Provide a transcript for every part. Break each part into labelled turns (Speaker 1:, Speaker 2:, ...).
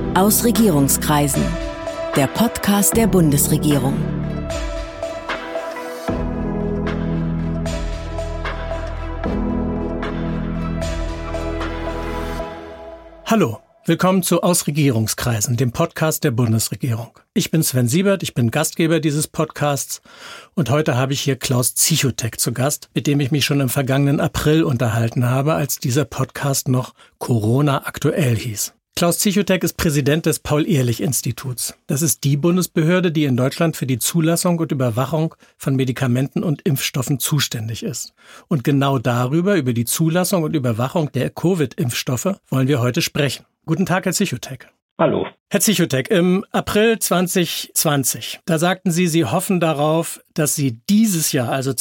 Speaker 1: Aus Regierungskreisen. Der Podcast der Bundesregierung.
Speaker 2: Hallo, willkommen zu Aus Regierungskreisen, dem Podcast der Bundesregierung. Ich bin Sven Siebert, ich bin Gastgeber dieses Podcasts und heute habe ich hier Klaus Zichotek zu Gast, mit dem ich mich schon im vergangenen April unterhalten habe, als dieser Podcast noch Corona aktuell hieß. Klaus Zichotek ist Präsident des Paul-Ehrlich-Instituts. Das ist die Bundesbehörde, die in Deutschland für die Zulassung und Überwachung von Medikamenten und Impfstoffen zuständig ist. Und genau darüber, über die Zulassung und Überwachung der Covid-Impfstoffe, wollen wir heute sprechen. Guten Tag, Herr Zichotek.
Speaker 3: Hallo.
Speaker 2: Herr Zichotek, im April 2020, da sagten Sie, Sie hoffen darauf, dass Sie dieses Jahr, also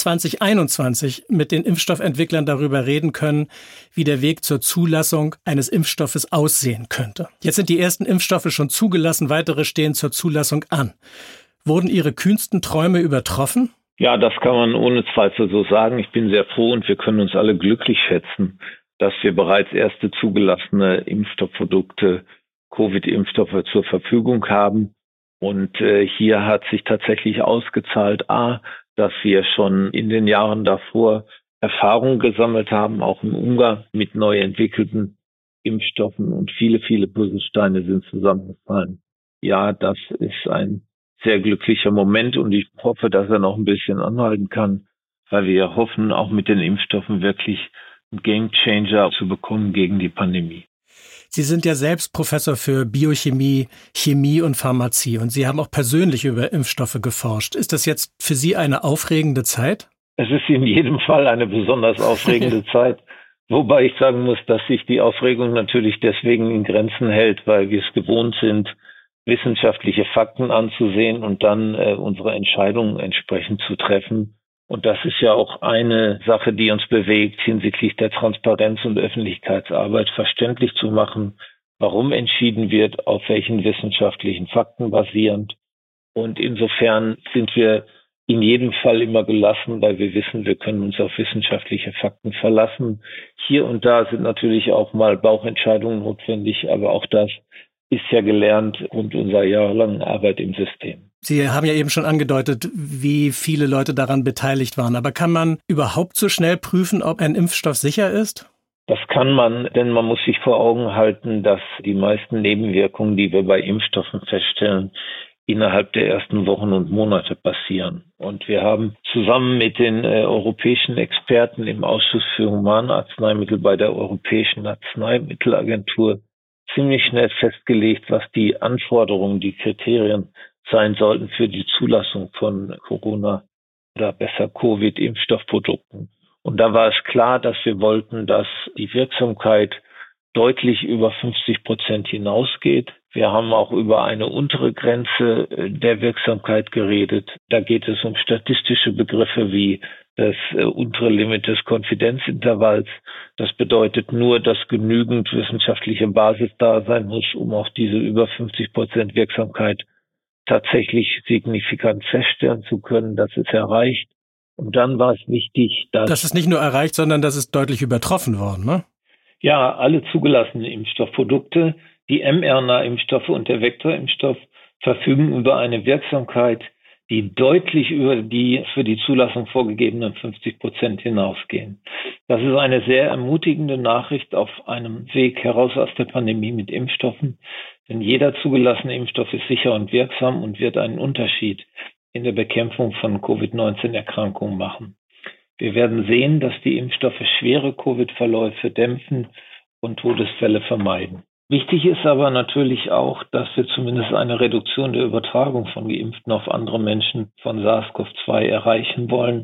Speaker 2: 2021, mit den Impfstoffentwicklern darüber reden können, wie der Weg zur Zulassung eines Impfstoffes aussehen könnte. Jetzt sind die ersten Impfstoffe schon zugelassen, weitere stehen zur Zulassung an. Wurden Ihre kühnsten Träume übertroffen?
Speaker 3: Ja, das kann man ohne Zweifel so sagen. Ich bin sehr froh und wir können uns alle glücklich schätzen, dass wir bereits erste zugelassene Impfstoffprodukte, Covid-Impfstoffe zur Verfügung haben. Und hier hat sich tatsächlich ausgezahlt, dass wir schon in den Jahren davor Erfahrungen gesammelt haben, auch im Umgang mit neu entwickelten Impfstoffen. Und viele, viele Puzzlesteine sind zusammengefallen. Ja, das ist ein sehr glücklicher Moment und ich hoffe, dass er noch ein bisschen anhalten kann, weil wir hoffen, auch mit den Impfstoffen wirklich einen Gamechanger zu bekommen gegen die Pandemie.
Speaker 2: Sie sind ja selbst Professor für Biochemie, Chemie und Pharmazie und Sie haben auch persönlich über Impfstoffe geforscht. Ist das jetzt für Sie eine aufregende Zeit?
Speaker 3: Es ist in jedem Fall eine besonders aufregende Zeit, wobei ich sagen muss, dass sich die Aufregung natürlich deswegen in Grenzen hält, weil wir es gewohnt sind, wissenschaftliche Fakten anzusehen und dann unsere Entscheidungen entsprechend zu treffen. Und das ist ja auch eine Sache, die uns bewegt, hinsichtlich der Transparenz und Öffentlichkeitsarbeit verständlich zu machen, warum entschieden wird, auf welchen wissenschaftlichen Fakten basierend. Und insofern sind wir in jedem Fall immer gelassen, weil wir wissen, wir können uns auf wissenschaftliche Fakten verlassen. Hier und da sind natürlich auch mal Bauchentscheidungen notwendig, aber auch das ist ja gelernt und unserer jahrelangen Arbeit im System.
Speaker 2: Sie haben ja eben schon angedeutet, wie viele Leute daran beteiligt waren. Aber kann man überhaupt so schnell prüfen, ob ein Impfstoff sicher ist?
Speaker 3: Das kann man, denn man muss sich vor Augen halten, dass die meisten Nebenwirkungen, die wir bei Impfstoffen feststellen, innerhalb der ersten Wochen und Monate passieren. Und wir haben zusammen mit den europäischen Experten im Ausschuss für Humanarzneimittel bei der Europäischen Arzneimittelagentur ziemlich schnell festgelegt, was die Anforderungen, die Kriterien sein sollten für die Zulassung von Corona oder besser Covid-Impfstoffprodukten. Und da war es klar, dass wir wollten, dass die Wirksamkeit deutlich über 50% hinausgeht. Wir haben auch über eine untere Grenze der Wirksamkeit geredet. Da geht es um statistische Begriffe wie das untere Limit des Konfidenzintervalls. Das bedeutet nur, dass genügend wissenschaftliche Basis da sein muss, um auch diese über 50% Wirksamkeit tatsächlich signifikant feststellen zu können, dass es erreicht. Und dann war es wichtig, dass...
Speaker 2: Das ist nicht nur erreicht, sondern das ist deutlich übertroffen worden, ne?
Speaker 3: Ja, alle zugelassenen Impfstoffprodukte, die mRNA-Impfstoffe und der Vektorimpfstoff verfügen über eine Wirksamkeit, die deutlich über die für die Zulassung vorgegebenen 50% hinausgehen. Das ist eine sehr ermutigende Nachricht auf einem Weg heraus aus der Pandemie mit Impfstoffen, denn jeder zugelassene Impfstoff ist sicher und wirksam und wird einen Unterschied in der Bekämpfung von Covid-19-Erkrankungen machen. Wir werden sehen, dass die Impfstoffe schwere Covid-Verläufe dämpfen und Todesfälle vermeiden. Wichtig ist aber natürlich auch, dass wir zumindest eine Reduktion der Übertragung von Geimpften auf andere Menschen von SARS-CoV-2 erreichen wollen.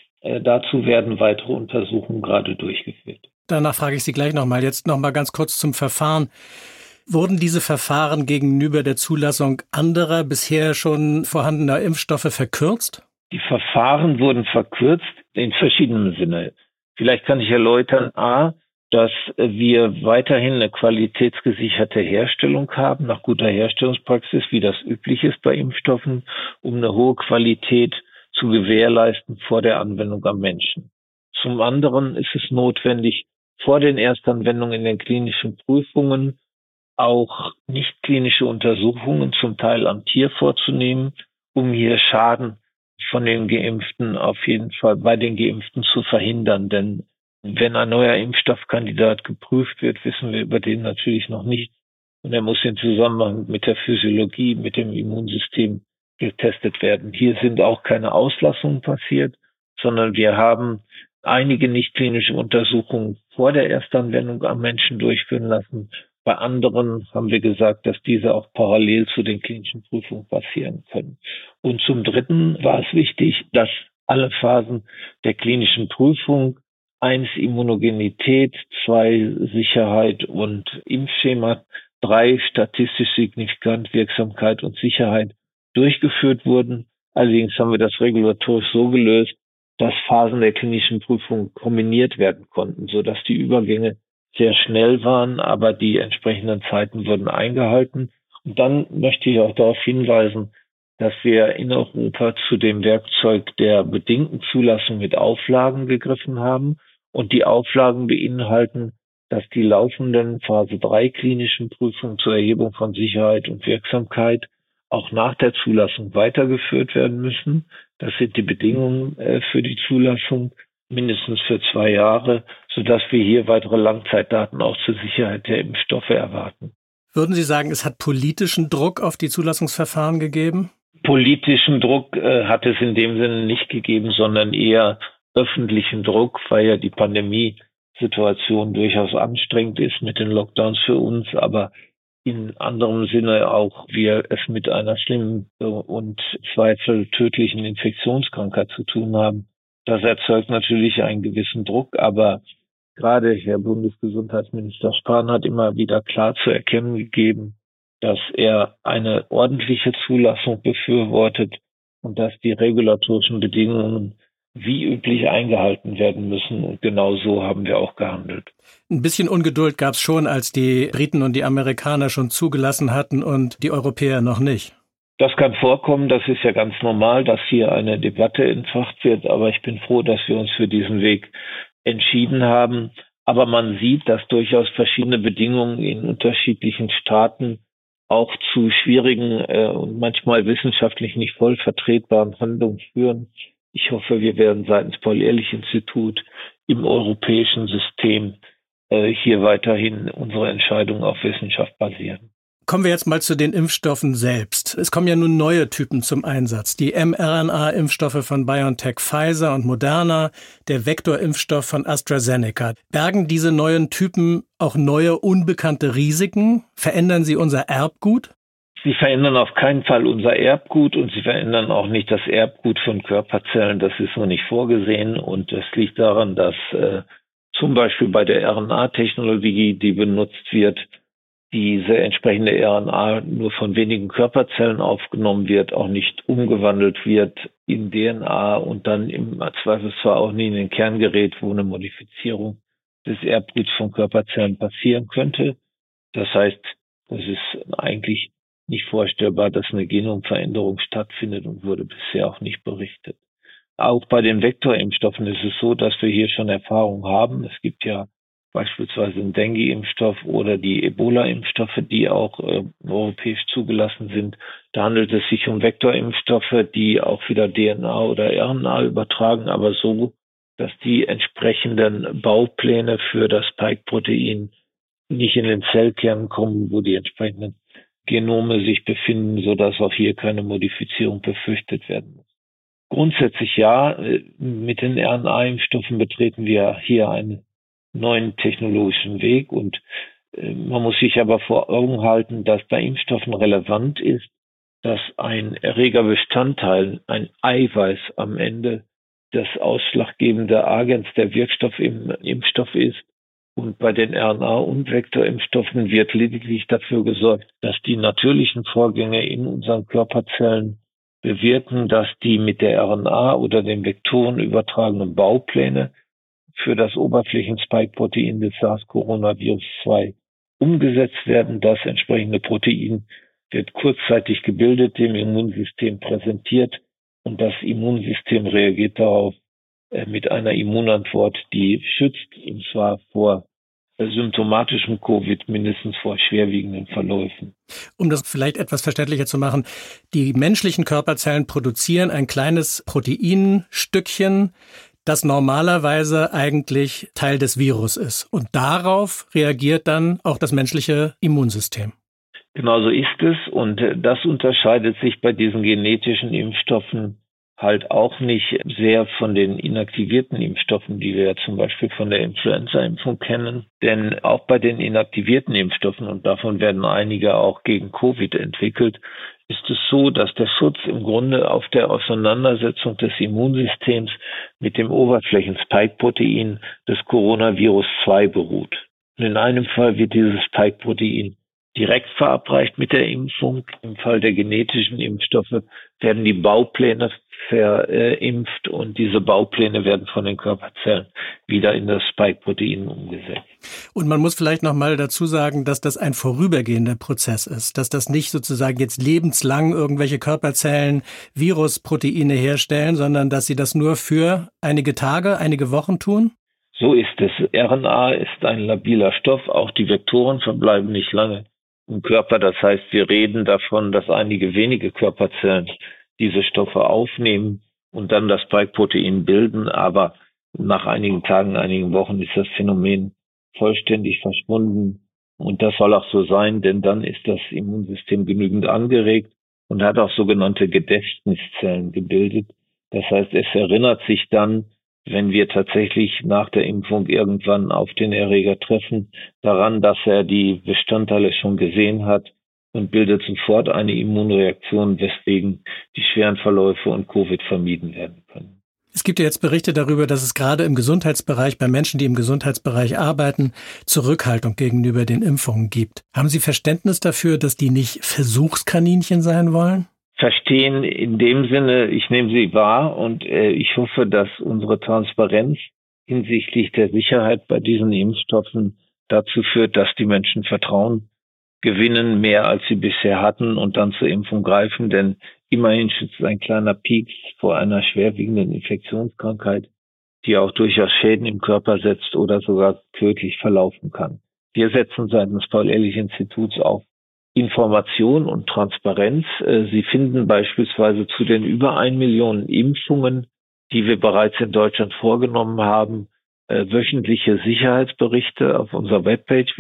Speaker 3: Dazu werden weitere Untersuchungen gerade durchgeführt.
Speaker 2: Danach frage ich Sie gleich nochmal. Jetzt nochmal ganz kurz zum Verfahren. Wurden diese Verfahren gegenüber der Zulassung anderer bisher schon vorhandener Impfstoffe verkürzt?
Speaker 3: Die Verfahren wurden verkürzt in verschiedenen Sinne. Vielleicht kann ich erläutern, dass wir weiterhin eine qualitätsgesicherte Herstellung haben, nach guter Herstellungspraxis, wie das üblich ist bei Impfstoffen, um eine hohe Qualität zu gewährleisten vor der Anwendung am Menschen. Zum anderen ist es notwendig, vor den Erstanwendungen in den klinischen Prüfungen auch nicht klinische Untersuchungen zum Teil am Tier vorzunehmen, um hier Schaden von den Geimpften auf jeden Fall bei den Geimpften zu verhindern. Denn wenn ein neuer Impfstoffkandidat geprüft wird, wissen wir über den natürlich noch nicht. Und er muss in Zusammenhang mit der Physiologie, mit dem Immunsystem getestet werden. Hier sind auch keine Auslassungen passiert, sondern wir haben einige nicht klinische Untersuchungen vor der Erstanwendung am Menschen durchführen lassen. Bei anderen haben wir gesagt, dass diese auch parallel zu den klinischen Prüfungen passieren können. Und zum Dritten war es wichtig, dass alle Phasen der klinischen Prüfung, 1 Immunogenität, 2 Sicherheit und Impfschema, 3 statistisch signifikant Wirksamkeit und Sicherheit durchgeführt wurden. Allerdings haben wir das regulatorisch so gelöst, dass Phasen der klinischen Prüfung kombiniert werden konnten, sodass die Übergänge sehr schnell waren, aber die entsprechenden Zeiten wurden eingehalten. Und dann möchte ich auch darauf hinweisen, dass wir in Europa zu dem Werkzeug der bedingten Zulassung mit Auflagen gegriffen haben. Und die Auflagen beinhalten, dass die laufenden Phase 3 klinischen Prüfungen zur Erhebung von Sicherheit und Wirksamkeit auch nach der Zulassung weitergeführt werden müssen. Das sind die Bedingungen für die Zulassung, mindestens für 2 Jahre, sodass wir hier weitere Langzeitdaten auch zur Sicherheit der Impfstoffe erwarten.
Speaker 2: Würden Sie sagen, es hat politischen Druck auf die Zulassungsverfahren gegeben?
Speaker 3: Politischen Druck hat es in dem Sinne nicht gegeben, sondern eher öffentlichen Druck, weil ja die Pandemiesituation durchaus anstrengend ist mit den Lockdowns für uns, aber in anderem Sinne auch wir es mit einer schlimmen und zweifel tödlichen Infektionskrankheit zu tun haben. Das erzeugt natürlich einen gewissen Druck, aber gerade Herr Bundesgesundheitsminister Spahn hat immer wieder klar zu erkennen gegeben, dass er eine ordentliche Zulassung befürwortet und dass die regulatorischen Bedingungen wie üblich eingehalten werden müssen. Und genau so haben wir auch gehandelt.
Speaker 2: Ein bisschen Ungeduld gab es schon, als die Briten und die Amerikaner schon zugelassen hatten und die Europäer noch nicht.
Speaker 3: Das kann vorkommen, das ist ja ganz normal, dass hier eine Debatte entfacht wird, aber ich bin froh, dass wir uns für diesen Weg entschieden haben. Aber man sieht, dass durchaus verschiedene Bedingungen in unterschiedlichen Staaten auch zu schwierigen und manchmal wissenschaftlich nicht voll vertretbaren Handlungen führen. Ich hoffe, wir werden seitens Paul-Ehrlich-Institut im europäischen System hier weiterhin unsere Entscheidungen auf Wissenschaft basieren.
Speaker 2: Kommen wir jetzt mal zu den Impfstoffen selbst. Es kommen ja nun neue Typen zum Einsatz. Die mRNA-Impfstoffe von BioNTech, Pfizer und Moderna, der Vektorimpfstoff von AstraZeneca. Bergen diese neuen Typen auch neue, unbekannte Risiken? Verändern sie unser Erbgut?
Speaker 3: Sie verändern auf keinen Fall unser Erbgut und sie verändern auch nicht das Erbgut von Körperzellen. Das ist noch nicht vorgesehen und das liegt daran, dass zum Beispiel bei der RNA-Technologie, die benutzt wird, diese entsprechende RNA nur von wenigen Körperzellen aufgenommen wird, auch nicht umgewandelt wird in DNA und dann im Zweifelsfall auch nie in den Kern gerät, wo eine Modifizierung des Erbguts von Körperzellen passieren könnte. Das heißt, es ist eigentlich nicht vorstellbar, dass eine Genomveränderung stattfindet und wurde bisher auch nicht berichtet. Auch bei den Vektorimpfstoffen ist es so, dass wir hier schon Erfahrung haben. Es gibt ja beispielsweise den Dengue-Impfstoff oder die Ebola-Impfstoffe, die auch europäisch zugelassen sind. Da handelt es sich um Vektorimpfstoffe, die auch wieder DNA oder RNA übertragen, aber so, dass die entsprechenden Baupläne für das Spike-Protein nicht in den Zellkern kommen, wo die entsprechenden Genome sich befinden, sodass auch hier keine Modifizierung befürchtet werden muss. Grundsätzlich ja, mit den RNA-Impfstoffen betreten wir hier einen neuen technologischen Weg und man muss sich aber vor Augen halten, dass bei Impfstoffen relevant ist, dass ein Erregerbestandteil, ein Eiweiß am Ende das ausschlaggebende Agens der Wirkstoff im Impfstoff ist. Und bei den RNA- und Vektorimpfstoffen wird lediglich dafür gesorgt, dass die natürlichen Vorgänge in unseren Körperzellen bewirken, dass die mit der RNA oder den Vektoren übertragenen Baupläne für das Oberflächen-Spike-Protein des SARS-Coronavirus-2 umgesetzt werden. Das entsprechende Protein wird kurzzeitig gebildet, dem Immunsystem präsentiert und das Immunsystem reagiert darauf mit einer Immunantwort, die schützt, und zwar vor symptomatischem Covid, mindestens vor schwerwiegenden Verläufen.
Speaker 2: Um das vielleicht etwas verständlicher zu machen, die menschlichen Körperzellen produzieren ein kleines Proteinstückchen, das normalerweise eigentlich Teil des Virus ist. Und darauf reagiert dann auch das menschliche Immunsystem.
Speaker 3: Genau so ist es. Und das unterscheidet sich bei diesen genetischen Impfstoffen halt auch nicht sehr von den inaktivierten Impfstoffen, die wir ja zum Beispiel von der Influenza-Impfung kennen. Denn auch bei den inaktivierten Impfstoffen, und davon werden einige auch gegen Covid entwickelt, ist es so, dass der Schutz im Grunde auf der Auseinandersetzung des Immunsystems mit dem Oberflächen-Spike-Protein des Coronavirus 2 beruht. Und in einem Fall wird dieses Spike-Protein direkt verabreicht mit der Impfung. Im Fall der genetischen Impfstoffe werden die Baupläne verimpft und diese Baupläne werden von den Körperzellen wieder in das Spike-Protein umgesetzt.
Speaker 2: Und man muss vielleicht noch mal dazu sagen, dass das ein vorübergehender Prozess ist, dass das nicht sozusagen jetzt lebenslang irgendwelche Körperzellen Virusproteine herstellen, sondern dass sie das nur für einige Tage, einige Wochen tun?
Speaker 3: So ist es. RNA ist ein labiler Stoff, auch die Vektoren verbleiben nicht lange im Körper. Das heißt, wir reden davon, dass einige wenige Körperzellen diese Stoffe aufnehmen und dann das Spike-Protein bilden. Aber nach einigen Tagen, einigen Wochen ist das Phänomen vollständig verschwunden. Und das soll auch so sein, denn dann ist das Immunsystem genügend angeregt und hat auch sogenannte Gedächtniszellen gebildet. Das heißt, es erinnert sich dann, wenn wir tatsächlich nach der Impfung irgendwann auf den Erreger treffen, daran, dass er die Bestandteile schon gesehen hat und bildet sofort eine Immunreaktion, weswegen die schweren Verläufe und Covid vermieden werden können.
Speaker 2: Es gibt ja jetzt Berichte darüber, dass es gerade im Gesundheitsbereich, bei Menschen, die im Gesundheitsbereich arbeiten, Zurückhaltung gegenüber den Impfungen gibt. Haben Sie Verständnis dafür, dass die nicht Versuchskaninchen sein wollen?
Speaker 3: Verstehen in dem Sinne, ich nehme sie wahr und ich hoffe, dass unsere Transparenz hinsichtlich der Sicherheit bei diesen Impfstoffen dazu führt, dass die Menschen Vertrauen gewinnen, mehr als sie bisher hatten und dann zur Impfung greifen, denn immerhin schützt ein kleiner Pieks vor einer schwerwiegenden Infektionskrankheit, die auch durchaus Schäden im Körper setzt oder sogar tödlich verlaufen kann. Wir setzen seitens Paul-Ehrlich-Instituts auf Information und Transparenz. Sie finden beispielsweise zu den über 1 Million Impfungen, die wir bereits in Deutschland vorgenommen haben, wöchentliche Sicherheitsberichte auf unserer Webpage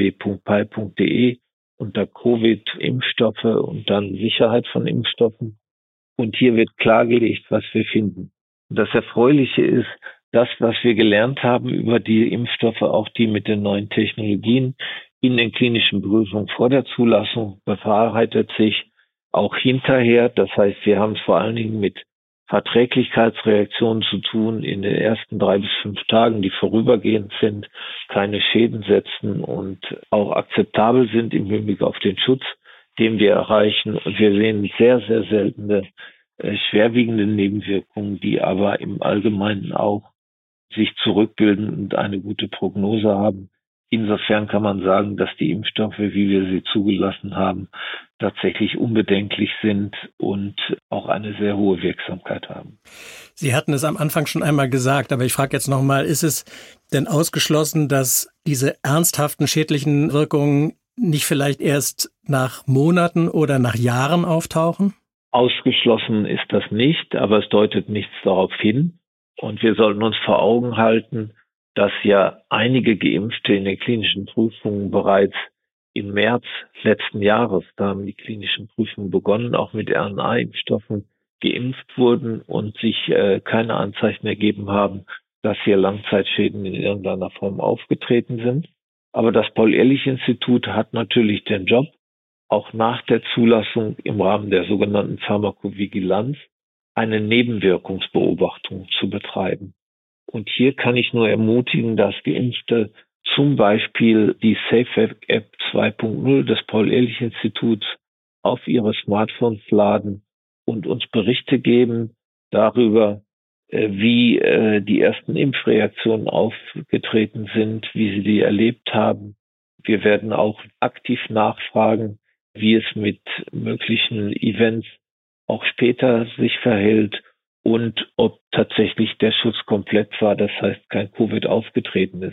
Speaker 3: www.pal.de unter Covid-Impfstoffe und dann Sicherheit von Impfstoffen. Und hier wird klargelegt, was wir finden. Und das Erfreuliche ist, das, was wir gelernt haben über die Impfstoffe, auch die mit den neuen Technologien, in den klinischen Prüfungen vor der Zulassung bewahrheitet sich auch hinterher. Das heißt, wir haben es vor allen Dingen mit Verträglichkeitsreaktionen zu tun in den ersten 3 bis 5 Tagen, die vorübergehend sind, keine Schäden setzen und auch akzeptabel sind im Hinblick auf den Schutz, den wir erreichen. Und wir sehen sehr, sehr seltene schwerwiegende Nebenwirkungen, die aber im Allgemeinen auch sich zurückbilden und eine gute Prognose haben. Insofern kann man sagen, dass die Impfstoffe, wie wir sie zugelassen haben, tatsächlich unbedenklich sind und auch eine sehr hohe Wirksamkeit haben.
Speaker 2: Sie hatten es am Anfang schon einmal gesagt, aber ich frage jetzt nochmal, ist es denn ausgeschlossen, dass diese ernsthaften schädlichen Wirkungen nicht vielleicht erst nach Monaten oder nach Jahren auftauchen?
Speaker 3: Ausgeschlossen ist das nicht, aber es deutet nichts darauf hin. Und wir sollten uns vor Augen halten, dass ja einige Geimpfte in den klinischen Prüfungen bereits im März letzten Jahres, da haben die klinischen Prüfungen begonnen, auch mit RNA-Impfstoffen geimpft wurden und sich keine Anzeichen ergeben haben, dass hier Langzeitschäden in irgendeiner Form aufgetreten sind. Aber das Paul-Ehrlich-Institut hat natürlich den Job, auch nach der Zulassung im Rahmen der sogenannten Pharmakovigilanz eine Nebenwirkungsbeobachtung zu betreiben. Und hier kann ich nur ermutigen, dass Geimpfte zum Beispiel die SafeVac-App 2.0 des Paul-Ehrlich-Instituts auf ihre Smartphones laden und uns Berichte geben darüber, wie die ersten Impfreaktionen aufgetreten sind, wie sie die erlebt haben. Wir werden auch aktiv nachfragen, wie es mit möglichen Events auch später sich verhält und ob tatsächlich der Schutz komplett war, das heißt kein Covid aufgetreten ist.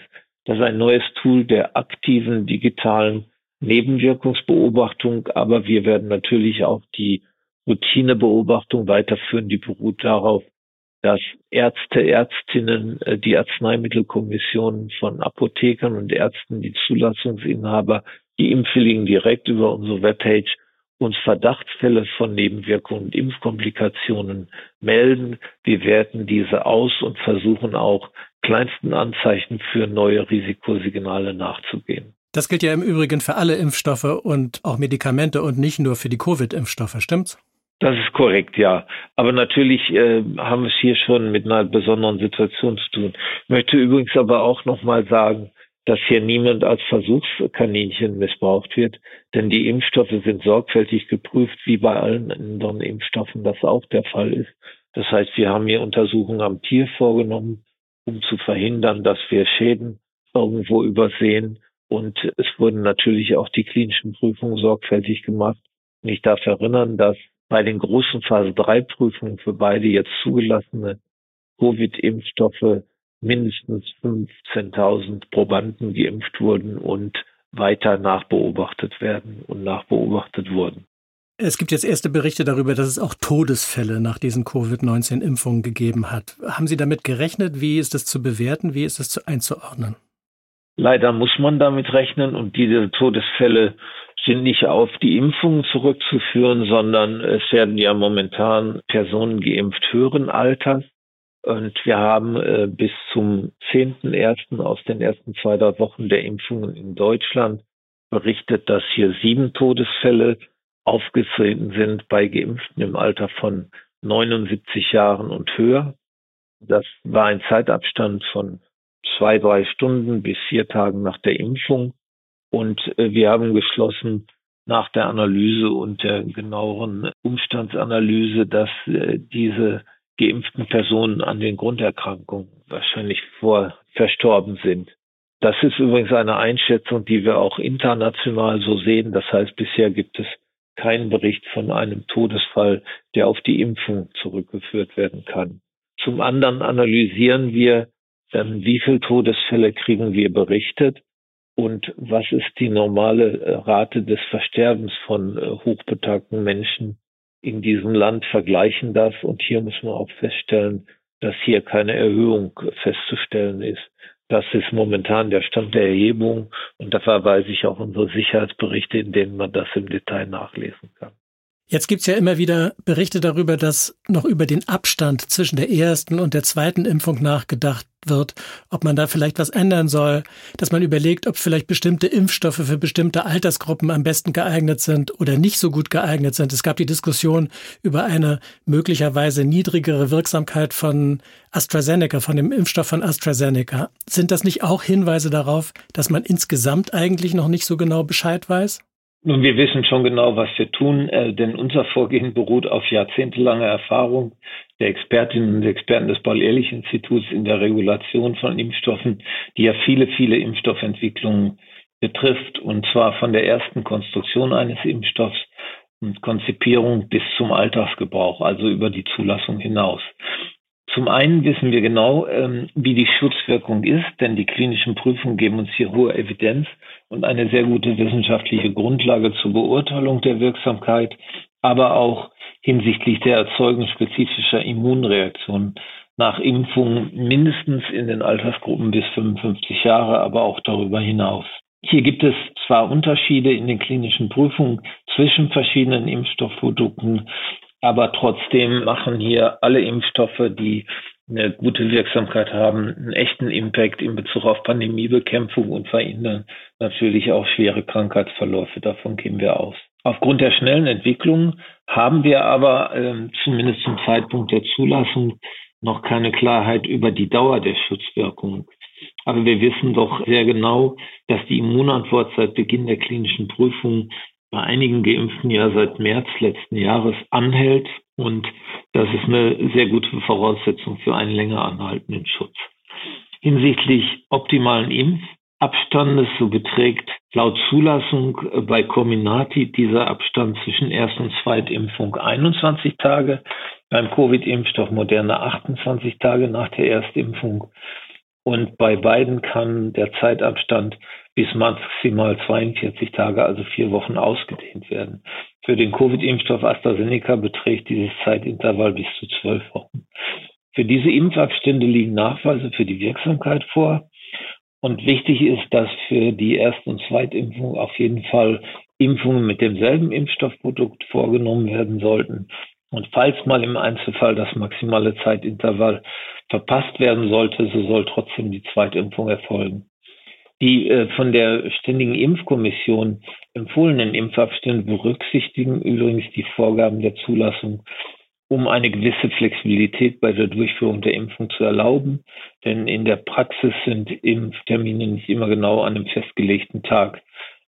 Speaker 3: Das ist ein neues Tool der aktiven digitalen Nebenwirkungsbeobachtung, aber wir werden natürlich auch die Routinebeobachtung weiterführen, die beruht darauf, dass Ärzte, Ärztinnen, die Arzneimittelkommissionen von Apothekern und Ärzten, die Zulassungsinhaber, die Impfwilligen direkt über unsere Webpage uns Verdachtsfälle von Nebenwirkungen und Impfkomplikationen melden. Wir werten diese aus und versuchen auch kleinsten Anzeichen für neue Risikosignale nachzugehen.
Speaker 2: Das gilt ja im Übrigen für alle Impfstoffe und auch Medikamente und nicht nur für die Covid-Impfstoffe, stimmt's?
Speaker 3: Das ist korrekt, ja. Aber natürlich haben wir es hier schon mit einer besonderen Situation zu tun. Ich möchte übrigens aber auch nochmal sagen, dass hier niemand als Versuchskaninchen missbraucht wird, denn die Impfstoffe sind sorgfältig geprüft, wie bei allen anderen Impfstoffen das auch der Fall ist. Das heißt, wir haben hier Untersuchungen am Tier vorgenommen, um zu verhindern, dass wir Schäden irgendwo übersehen. Und es wurden natürlich auch die klinischen Prüfungen sorgfältig gemacht. Und ich darf erinnern, dass bei den großen Phase-3-Prüfungen für beide jetzt zugelassene Covid-Impfstoffe mindestens 15.000 Probanden geimpft wurden und weiter nachbeobachtet werden und nachbeobachtet wurden.
Speaker 2: Es gibt jetzt erste Berichte darüber, dass es auch Todesfälle nach diesen Covid-19-Impfungen gegeben hat. Haben Sie damit gerechnet? Wie ist das zu bewerten? Wie ist das einzuordnen?
Speaker 3: Leider muss man damit rechnen und diese Todesfälle sind nicht auf die Impfungen zurückzuführen, sondern es werden ja momentan Personen geimpft höheren Alters. Und wir haben bis zum 10.01. aus den ersten 2-3 Wochen der Impfungen in Deutschland berichtet, dass hier 7 Todesfälle aufgetreten sind bei Geimpften im Alter von 79 Jahren und höher. Das war ein Zeitabstand von 2-3 Stunden bis 4 Tagen nach der Impfung. Und wir haben geschlossen nach der Analyse und der genaueren Umstandsanalyse, dass diese geimpften Personen an den Grunderkrankungen wahrscheinlich verstorben sind. Das ist übrigens eine Einschätzung, die wir auch international so sehen. Das heißt, bisher gibt es keinen Bericht von einem Todesfall, der auf die Impfung zurückgeführt werden kann. Zum anderen analysieren wir, wie viele Todesfälle kriegen wir berichtet und was ist die normale Rate des Versterbens von hochbetagten Menschen in diesem Land, vergleichen das. Und hier müssen wir auch feststellen, dass hier keine Erhöhung festzustellen ist. Das ist momentan der Stand der Erhebung und da verweise ich auf unsere Sicherheitsberichte, in denen man das im Detail nachlesen kann.
Speaker 2: Jetzt gibt's ja immer wieder Berichte darüber, dass noch über den Abstand zwischen der ersten und der zweiten Impfung nachgedacht wird, ob man da vielleicht was ändern soll, dass man überlegt, ob vielleicht bestimmte Impfstoffe für bestimmte Altersgruppen am besten geeignet sind oder nicht so gut geeignet sind. Es gab die Diskussion über eine möglicherweise niedrigere Wirksamkeit von AstraZeneca, von dem Impfstoff von AstraZeneca. Sind das nicht auch Hinweise darauf, dass man insgesamt eigentlich noch nicht so genau Bescheid weiß?
Speaker 3: Nun, wir wissen schon genau, was wir tun, denn unser Vorgehen beruht auf jahrzehntelanger Erfahrung der Expertinnen und Experten des Paul-Ehrlich-Instituts in der Regulation von Impfstoffen, die ja viele, viele Impfstoffentwicklungen betrifft, und zwar von der ersten Konstruktion eines Impfstoffs und Konzipierung bis zum Alltagsgebrauch, also über die Zulassung hinaus. Zum einen wissen wir genau, wie die Schutzwirkung ist, denn die klinischen Prüfungen geben uns hier hohe Evidenz und eine sehr gute wissenschaftliche Grundlage zur Beurteilung der Wirksamkeit, aber auch hinsichtlich der Erzeugung spezifischer Immunreaktionen nach Impfungen mindestens in den Altersgruppen bis 55 Jahre, aber auch darüber hinaus. Hier gibt es zwar Unterschiede in den klinischen Prüfungen zwischen verschiedenen Impfstoffprodukten, aber trotzdem machen hier alle Impfstoffe, die eine gute Wirksamkeit haben, einen echten Impact in Bezug auf Pandemiebekämpfung und verhindern natürlich auch schwere Krankheitsverläufe. Davon gehen wir aus. Aufgrund der schnellen Entwicklung haben wir aber zumindest zum Zeitpunkt der Zulassung noch keine Klarheit über die Dauer der Schutzwirkung. Aber wir wissen doch sehr genau, dass die Immunantwort seit Beginn der klinischen Prüfung bei einigen Geimpften ja seit März letzten Jahres anhält. Und das ist eine sehr gute Voraussetzung für einen länger anhaltenden Schutz. Hinsichtlich optimalen Impfabstandes, so beträgt laut Zulassung bei Comirnaty dieser Abstand zwischen Erst- und Zweitimpfung 21 Tage, beim Covid-Impfstoff Moderna 28 Tage nach der Erstimpfung Und bei beiden kann der Zeitabstand bis maximal 42 Tage, also 4 Wochen, ausgedehnt werden. Für den Covid-Impfstoff AstraZeneca beträgt dieses Zeitintervall bis zu 12 Wochen. Für diese Impfabstände liegen Nachweise für die Wirksamkeit vor. Und wichtig ist, dass für die Erst- und Zweitimpfung auf jeden Fall Impfungen mit demselben Impfstoffprodukt vorgenommen werden sollten. Und falls mal im Einzelfall das maximale Zeitintervall verpasst werden sollte, so soll trotzdem die Zweitimpfung erfolgen. Die von der Ständigen Impfkommission empfohlenen Impfabstände berücksichtigen übrigens die Vorgaben der Zulassung, um eine gewisse Flexibilität bei der Durchführung der Impfung zu erlauben. Denn in der Praxis sind Impftermine nicht immer genau an einem festgelegten Tag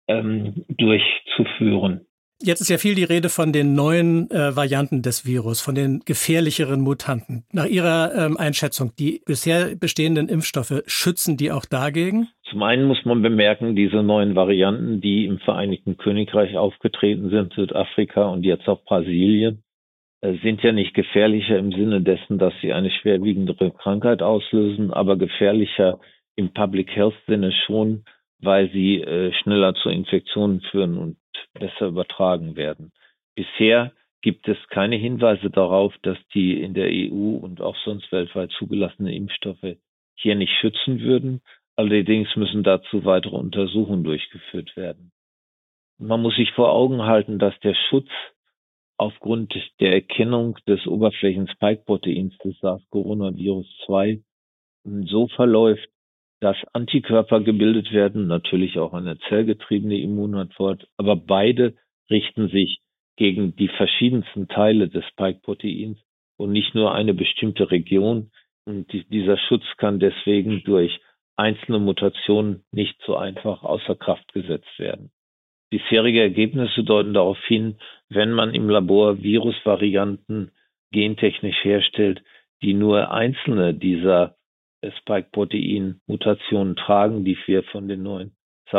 Speaker 3: durchzuführen.
Speaker 2: Jetzt ist ja viel die Rede von den neuen Varianten des Virus, von den gefährlicheren Mutanten. Nach Ihrer Einschätzung, die bisher bestehenden Impfstoffe, schützen die auch dagegen?
Speaker 3: Zum einen muss man bemerken, diese neuen Varianten, die im Vereinigten Königreich aufgetreten sind, Südafrika und jetzt auch Brasilien, sind ja nicht gefährlicher im Sinne dessen, dass sie eine schwerwiegendere Krankheit auslösen, aber gefährlicher im Public Health Sinne schon, weil sie schneller zu Infektionen führen und besser übertragen werden. Bisher gibt es keine Hinweise darauf, dass die in der EU und auch sonst weltweit zugelassenen Impfstoffe hier nicht schützen würden. Allerdings müssen dazu weitere Untersuchungen durchgeführt werden. Man muss sich vor Augen halten, dass der Schutz aufgrund der Erkennung des Oberflächen-Spike-Proteins des SARS-Coronavirus-2 so verläuft, dass Antikörper gebildet werden, natürlich auch eine zellgetriebene Immunantwort, aber beide richten sich gegen die verschiedensten Teile des Spike-Proteins und nicht nur eine bestimmte Region. Und dieser Schutz kann deswegen durch einzelne Mutationen nicht so einfach außer Kraft gesetzt werden. Bisherige Ergebnisse deuten darauf hin, wenn man im Labor Virusvarianten gentechnisch herstellt, die nur einzelne dieser Spike-Protein-Mutationen tragen, die wir von den neuen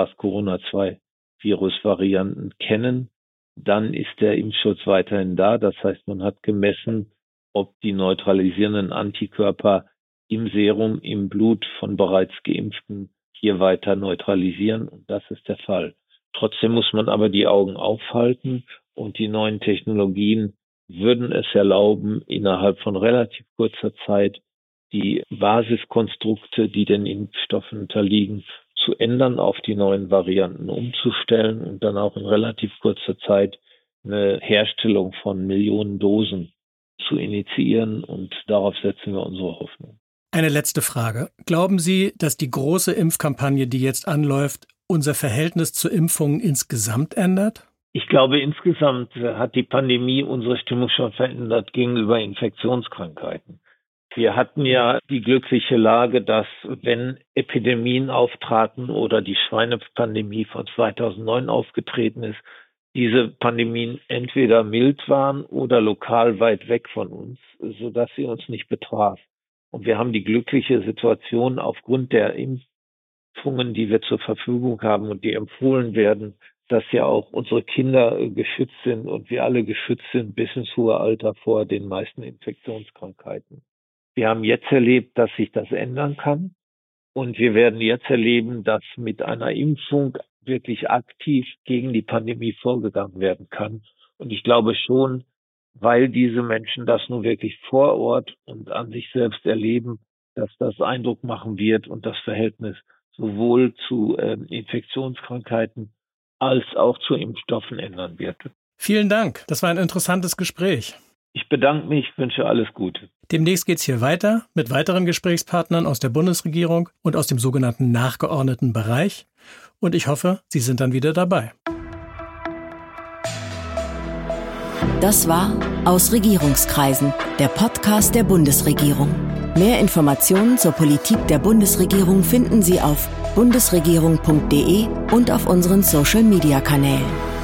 Speaker 3: SARS-CoV-2-Virus-Varianten kennen, dann ist der Impfschutz weiterhin da. Das heißt, man hat gemessen, ob die neutralisierenden Antikörper im Serum, im Blut von bereits Geimpften hier weiter neutralisieren. Und das ist der Fall. Trotzdem muss man aber die Augen aufhalten und die neuen Technologien würden es erlauben, innerhalb von relativ kurzer Zeit die Basiskonstrukte, die den Impfstoffen unterliegen, zu ändern, auf die neuen Varianten umzustellen und dann auch in relativ kurzer Zeit eine Herstellung von Millionen Dosen zu initiieren. Und darauf setzen wir unsere Hoffnung.
Speaker 2: Eine letzte Frage. Glauben Sie, dass die große Impfkampagne, die jetzt anläuft, unser Verhältnis zu Impfungen insgesamt ändert?
Speaker 3: Ich glaube, insgesamt hat die Pandemie unsere Stimmung schon verändert gegenüber Infektionskrankheiten. Wir hatten ja die glückliche Lage, dass wenn Epidemien auftraten oder die Schweinepandemie von 2009 aufgetreten ist, diese Pandemien entweder mild waren oder lokal weit weg von uns, sodass sie uns nicht betraf. Und wir haben die glückliche Situation aufgrund der Impfungen, die wir zur Verfügung haben und die empfohlen werden, dass ja auch unsere Kinder geschützt sind und wir alle geschützt sind bis ins hohe Alter vor den meisten Infektionskrankheiten. Wir haben jetzt erlebt, dass sich das ändern kann. Und wir werden jetzt erleben, dass mit einer Impfung wirklich aktiv gegen die Pandemie vorgegangen werden kann. Und ich glaube schon, weil diese Menschen das nun wirklich vor Ort und an sich selbst erleben, dass das Eindruck machen wird und das Verhältnis sowohl zu Infektionskrankheiten als auch zu Impfstoffen ändern wird.
Speaker 2: Vielen Dank. Das war ein interessantes Gespräch.
Speaker 3: Ich bedanke mich, wünsche alles Gute.
Speaker 2: Demnächst geht's hier weiter mit weiteren Gesprächspartnern aus der Bundesregierung und aus dem sogenannten nachgeordneten Bereich. Und ich hoffe, Sie sind dann wieder dabei.
Speaker 1: Das war Aus Regierungskreisen, der Podcast der Bundesregierung. Mehr Informationen zur Politik der Bundesregierung finden Sie auf bundesregierung.de und auf unseren Social-Media-Kanälen.